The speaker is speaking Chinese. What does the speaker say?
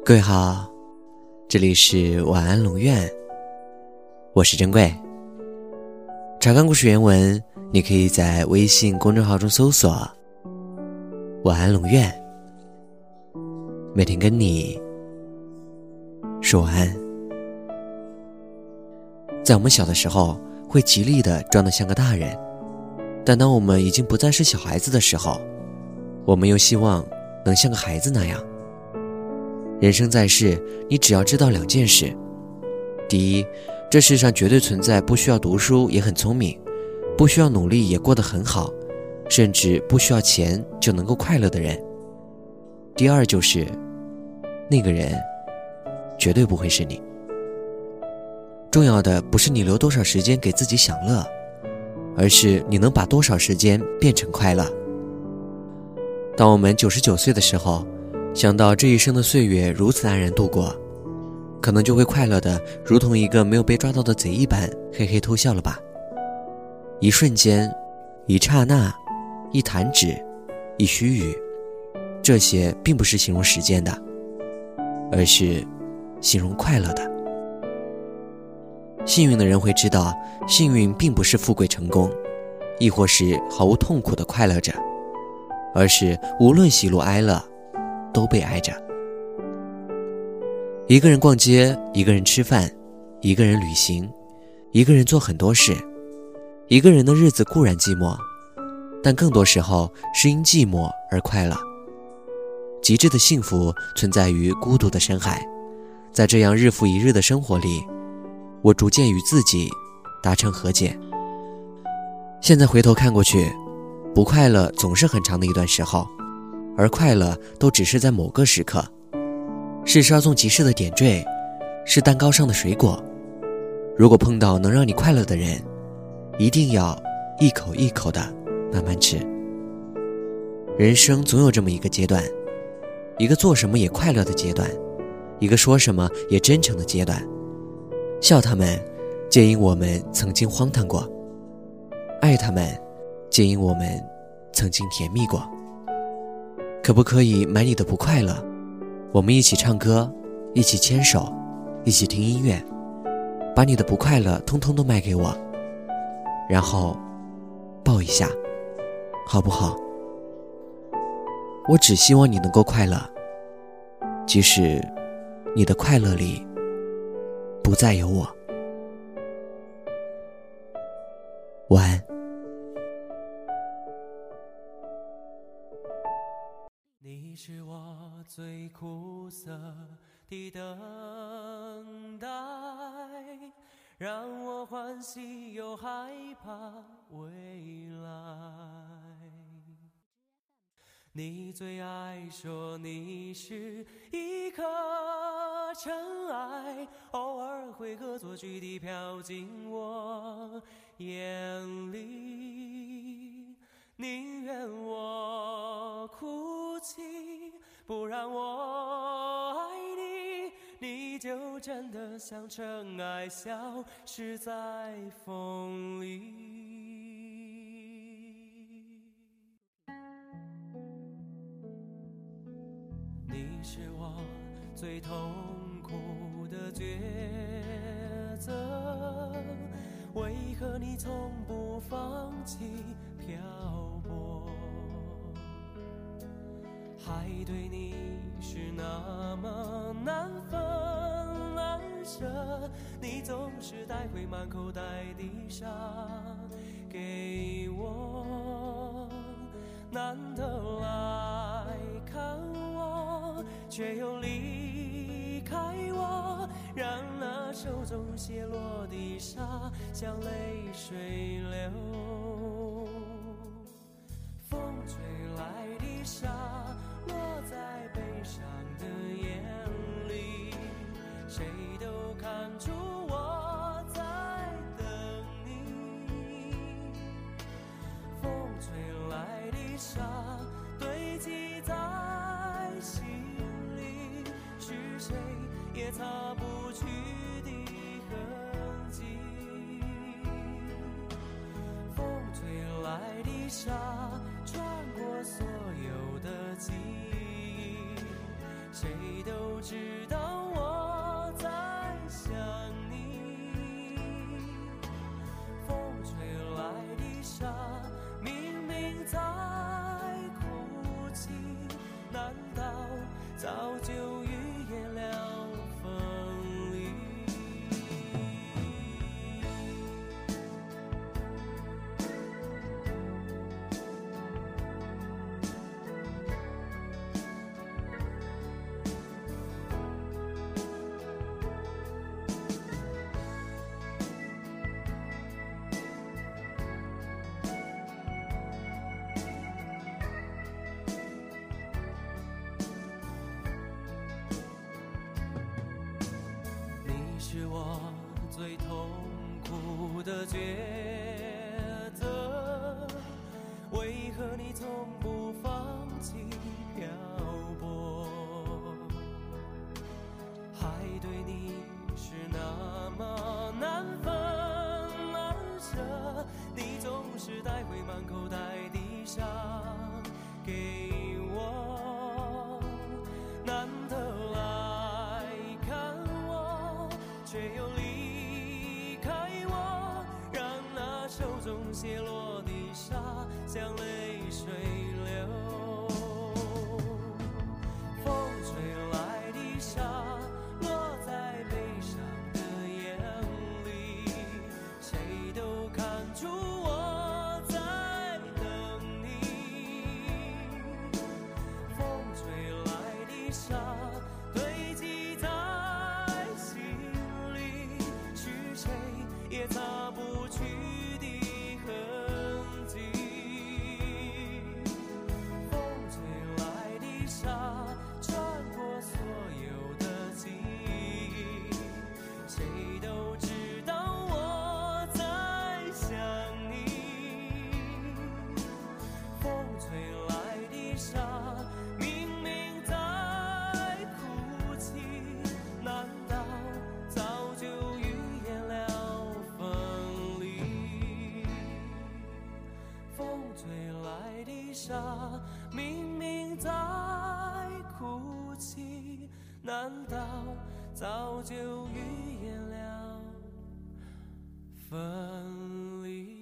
各位好，这里是晚安龙院，我是珍贵。查看故事原文，你可以在微信公众号中搜索晚安龙院，每天跟你说晚安。在我们小的时候，会极力地装得像个大人，但当我们已经不再是小孩子的时候，我们又希望能像个孩子那样。人生在世，你只要知道两件事：第一，这世上绝对存在不需要读书也很聪明，不需要努力也过得很好，甚至不需要钱就能够快乐的人；第二就是那个人绝对不会是你。重要的不是你留多少时间给自己享乐，而是你能把多少时间变成快乐。当我们99岁的时候，想到这一生的岁月如此安然度过，可能就会快乐的如同一个没有被抓到的贼一般，嘿嘿偷笑了吧。一瞬间，一刹那，一弹指，一须臾，这些并不是形容时间的，而是形容快乐的。幸运的人会知道，幸运并不是富贵成功，亦或是毫无痛苦的快乐着，而是无论喜怒哀乐都被爱着。一个人逛街，一个人吃饭，一个人旅行，一个人做很多事，一个人的日子固然寂寞，但更多时候是因寂寞而快乐。极致的幸福存在于孤独的深海。在这样日复一日的生活里，我逐渐与自己达成和解。现在回头看过去，不快乐总是很长的一段时候，而快乐都只是在某个时刻，是稍纵即逝的点缀，是蛋糕上的水果。如果碰到能让你快乐的人，一定要一口一口的慢慢吃。人生总有这么一个阶段，一个做什么也快乐的阶段，一个说什么也真诚的阶段。笑他们，皆因我们曾经荒唐过；爱他们，皆因我们曾经甜蜜过。可不可以买你的不快乐？我们一起唱歌，一起牵手，一起听音乐，把你的不快乐通通都卖给我，然后抱一下，好不好？我只希望你能够快乐，即使你的快乐里不再有我。晚安。 你是我最苦涩的等待，让我欢喜又害怕未来。你最爱说你是一颗尘埃，偶尔会恶作剧地飘进我眼里，宁愿我哭泣，不让我爱你，你就真的像尘埃消失在风里。你是我最痛苦的抉择，为何你从不放弃漂泊？海对你是那么难分难舍，你总是带回满口袋的沙给我，难得来看我，却又离开我，让那手中泻落的沙像泪水流。风吹来的沙落在悲伤的眼里，谁都看出我在等你。风吹来的沙堆积在心里，是谁也擦不去的痕迹。风吹来的沙穿过所有的记忆，谁都知道我在想你。风吹来的沙，明明在哭泣，难道早就预言了分离？是我最痛苦的抉择，为何你从不放弃漂泊？海对你是那么难分难舍，你总是带回满口袋的沙给我，难得来看我，却又离开我，让那手中泻落的沙像泪水流。风吹来的沙落在悲伤的眼里，谁都看出我在等你。风吹来的沙堆积在心里，是谁也擦不去的痕迹。风吹来的沙穿过所有的记忆，谁都知道我在想你。风吹来的沙明明在哭泣，难道早就预言了分离？风吹来的沙明明在哭泣，难道早就预言了分离？